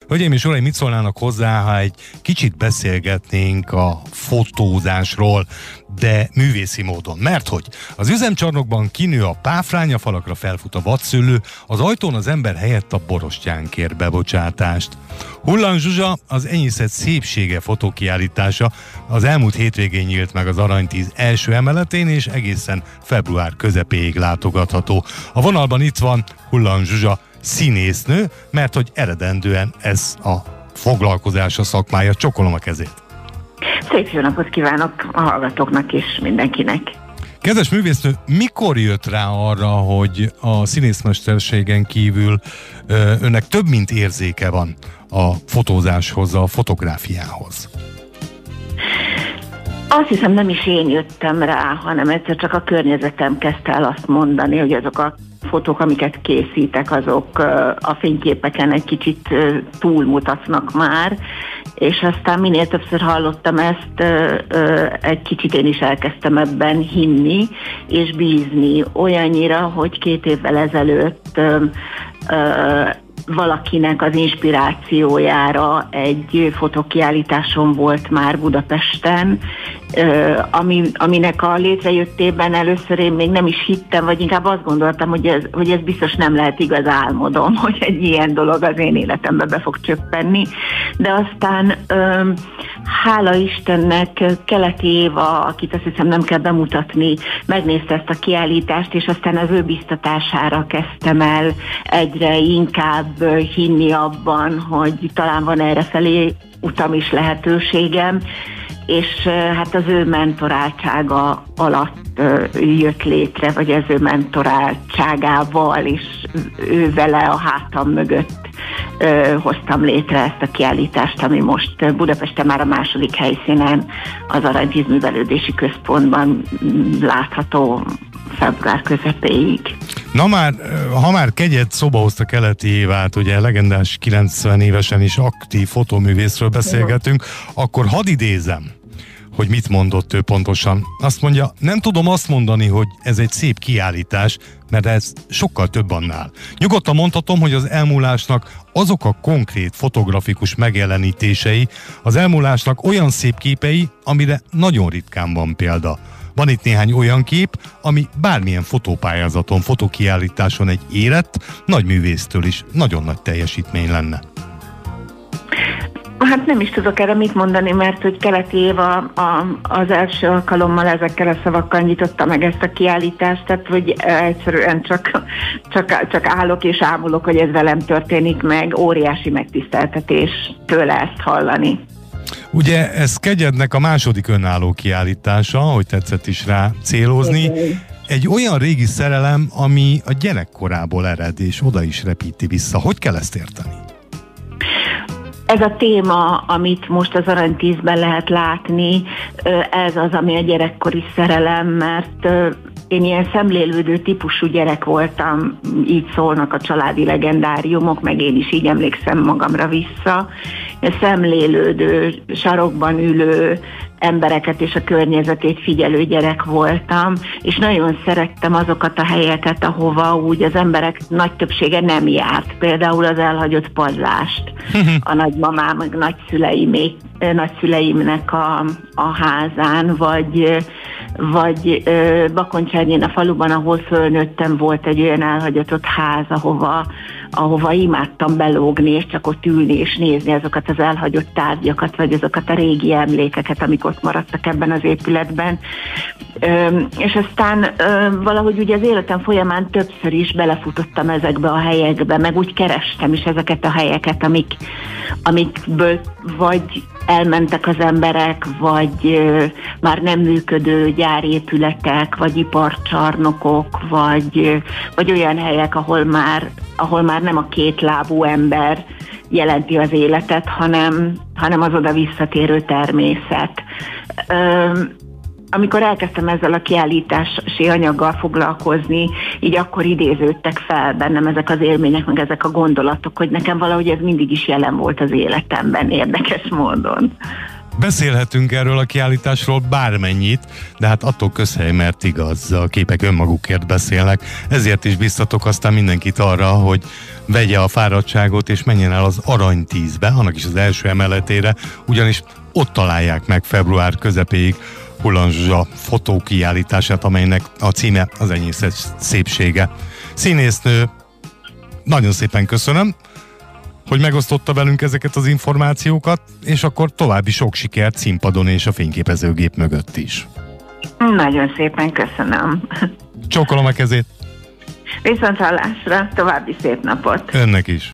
Hölgyeim és uraim, mit szólnának hozzá, ha egy kicsit beszélgetnénk a fotózásról, de művészi módon? Mert hogy az üzemcsarnokban kinő a páfránya, falakra felfut a vadszőlő, az ajtón az ember helyett a borostyán kér bebocsátást. Hullan Zsuzsa az Enyészet szépsége fotókiállítása az elmúlt hétvégén nyílt meg az Aranytíz első emeletén, és egészen február közepéig látogatható. A vonalban itt van Hullan Zsuzsa, színésznő, mert hogy eredendően ez a foglalkozása, szakmája. Csokolom a kezét. Szép jó napot kívánok a hallgatóknak és mindenkinek. Kedves művésznő, mikor jött rá arra, hogy a színészmesterségen kívül önnek több mint érzéke van a fotózáshoz, a fotográfiához? Azt hiszem, nem is én jöttem rá, hanem egyszer csak a környezetem kezdte el azt mondani, hogy azok a fotók, amiket készítek, azok a fényképeken egy kicsit túlmutatnak már, és aztán minél többször hallottam ezt, egy kicsit én is elkezdtem ebben hinni és bízni, olyannyira, hogy 2 évvel ezelőtt valakinek az inspirációjára egy fotókiállításon volt már Budapesten, aminek a létrejöttében először én még nem is hittem, vagy inkább azt gondoltam, hogy ez biztos nem lehet igaz álmodom, hogy egy ilyen dolog az én életembe be fog csöppenni. De aztán hála Istennek Keleti Éva, akit azt hiszem nem kell bemutatni, megnézte ezt a kiállítást, és aztán az ő biztatására kezdtem el egyre inkább hinni abban, hogy talán van errefelé utam is, lehetőségem, és hát az ő mentoráltsága alatt jött létre, vagy az ő mentoráltságával, és ő vele a hátam mögött hoztam létre ezt a kiállítást, ami most Budapesten már a második helyszínen, az Aranytíz Művelődési Központban látható február közepéig. Na már, ha már kegyet szóba hozta Keleti Évát, ugye legendás 90 évesen is aktív fotóművészről beszélgetünk, akkor hadd idézem, hogy mit mondott ő pontosan. Azt mondja, nem tudom azt mondani, hogy ez egy szép kiállítás, mert ez sokkal több annál. Nyugodtan mondhatom, hogy az elmúlásnak azok a konkrét fotografikus megjelenítései, az elmúlásnak olyan szép képei, amire nagyon ritkán van példa. Van itt néhány olyan kép, ami bármilyen fotópályázaton, fotókiállításon egy érett, nagy művésztől is nagyon nagy teljesítmény lenne. Hát nem is tudok erre mit mondani, mert hogy Keleti Éva az első alkalommal ezekkel a szavakkal nyitotta meg ezt a kiállítást, tehát hogy egyszerűen csak állok és ámulok, hogy ez velem történik meg, óriási megtiszteltetés tőle ezt hallani. Ugye ez Kegyednek a második önálló kiállítása, hogy tetszett is rá célozni. Egy olyan régi szerelem, ami a gyerekkorából ered, és oda is repíti vissza. Hogy kell ezt érteni? Ez a téma, amit most az Aranytízben lehet látni, ez az, ami a gyerekkori szerelem, mert én ilyen szemlélődő típusú gyerek voltam, így szólnak a családi legendáriumok, meg én is így emlékszem magamra vissza. Szemlélődő, sarokban ülő embereket és a környezetét figyelő gyerek voltam, és nagyon szerettem azokat a helyeket, ahova úgy az emberek nagy többsége nem járt. Például az elhagyott padlást, a nagymamám, meg nagyszüleimnek a házán, vagy Bakoncsárnyén a faluban, ahol fölnőttem, volt egy olyan elhagyatott ház, ahova imádtam belógni, és csak ott ülni és nézni azokat az elhagyott tárgyakat, vagy azokat a régi emlékeket, amik ott maradtak ebben az épületben. És aztán valahogy ugye az életem folyamán többször is belefutottam ezekbe a helyekbe, meg úgy kerestem is ezeket a helyeket, amikből vagy elmentek az emberek, vagy már nem működő gyárépületek, vagy iparcsarnokok, vagy olyan helyek, ahol már nem a kétlábú ember jelenti az életet, hanem az oda visszatérő természet. Amikor elkezdtem ezzel a kiállítási anyaggal foglalkozni, így akkor idéződtek fel bennem ezek az élmények, meg ezek a gondolatok, hogy nekem valahogy ez mindig is jelen volt az életemben, érdekes módon. Beszélhetünk erről a kiállításról bármennyit, de hát attól közhely, mert igaz, a képek önmagukért beszélnek. Ezért is biztatok aztán mindenkit arra, hogy vegye a fáradtságot és menjen el az Arany 10-be, annak is az első emelettére, ugyanis ott találják meg február közepéig Ullans Zsuzsa fotókiállítását, amelynek a címe az enyém szépsége. Színésznő, nagyon szépen köszönöm, hogy megosztotta velünk ezeket az információkat, és akkor további sok sikert színpadon és a fényképezőgép mögött is. Nagyon szépen köszönöm. Csókolom a kezét. Viszonthallásra, további szép napot. Önnek is.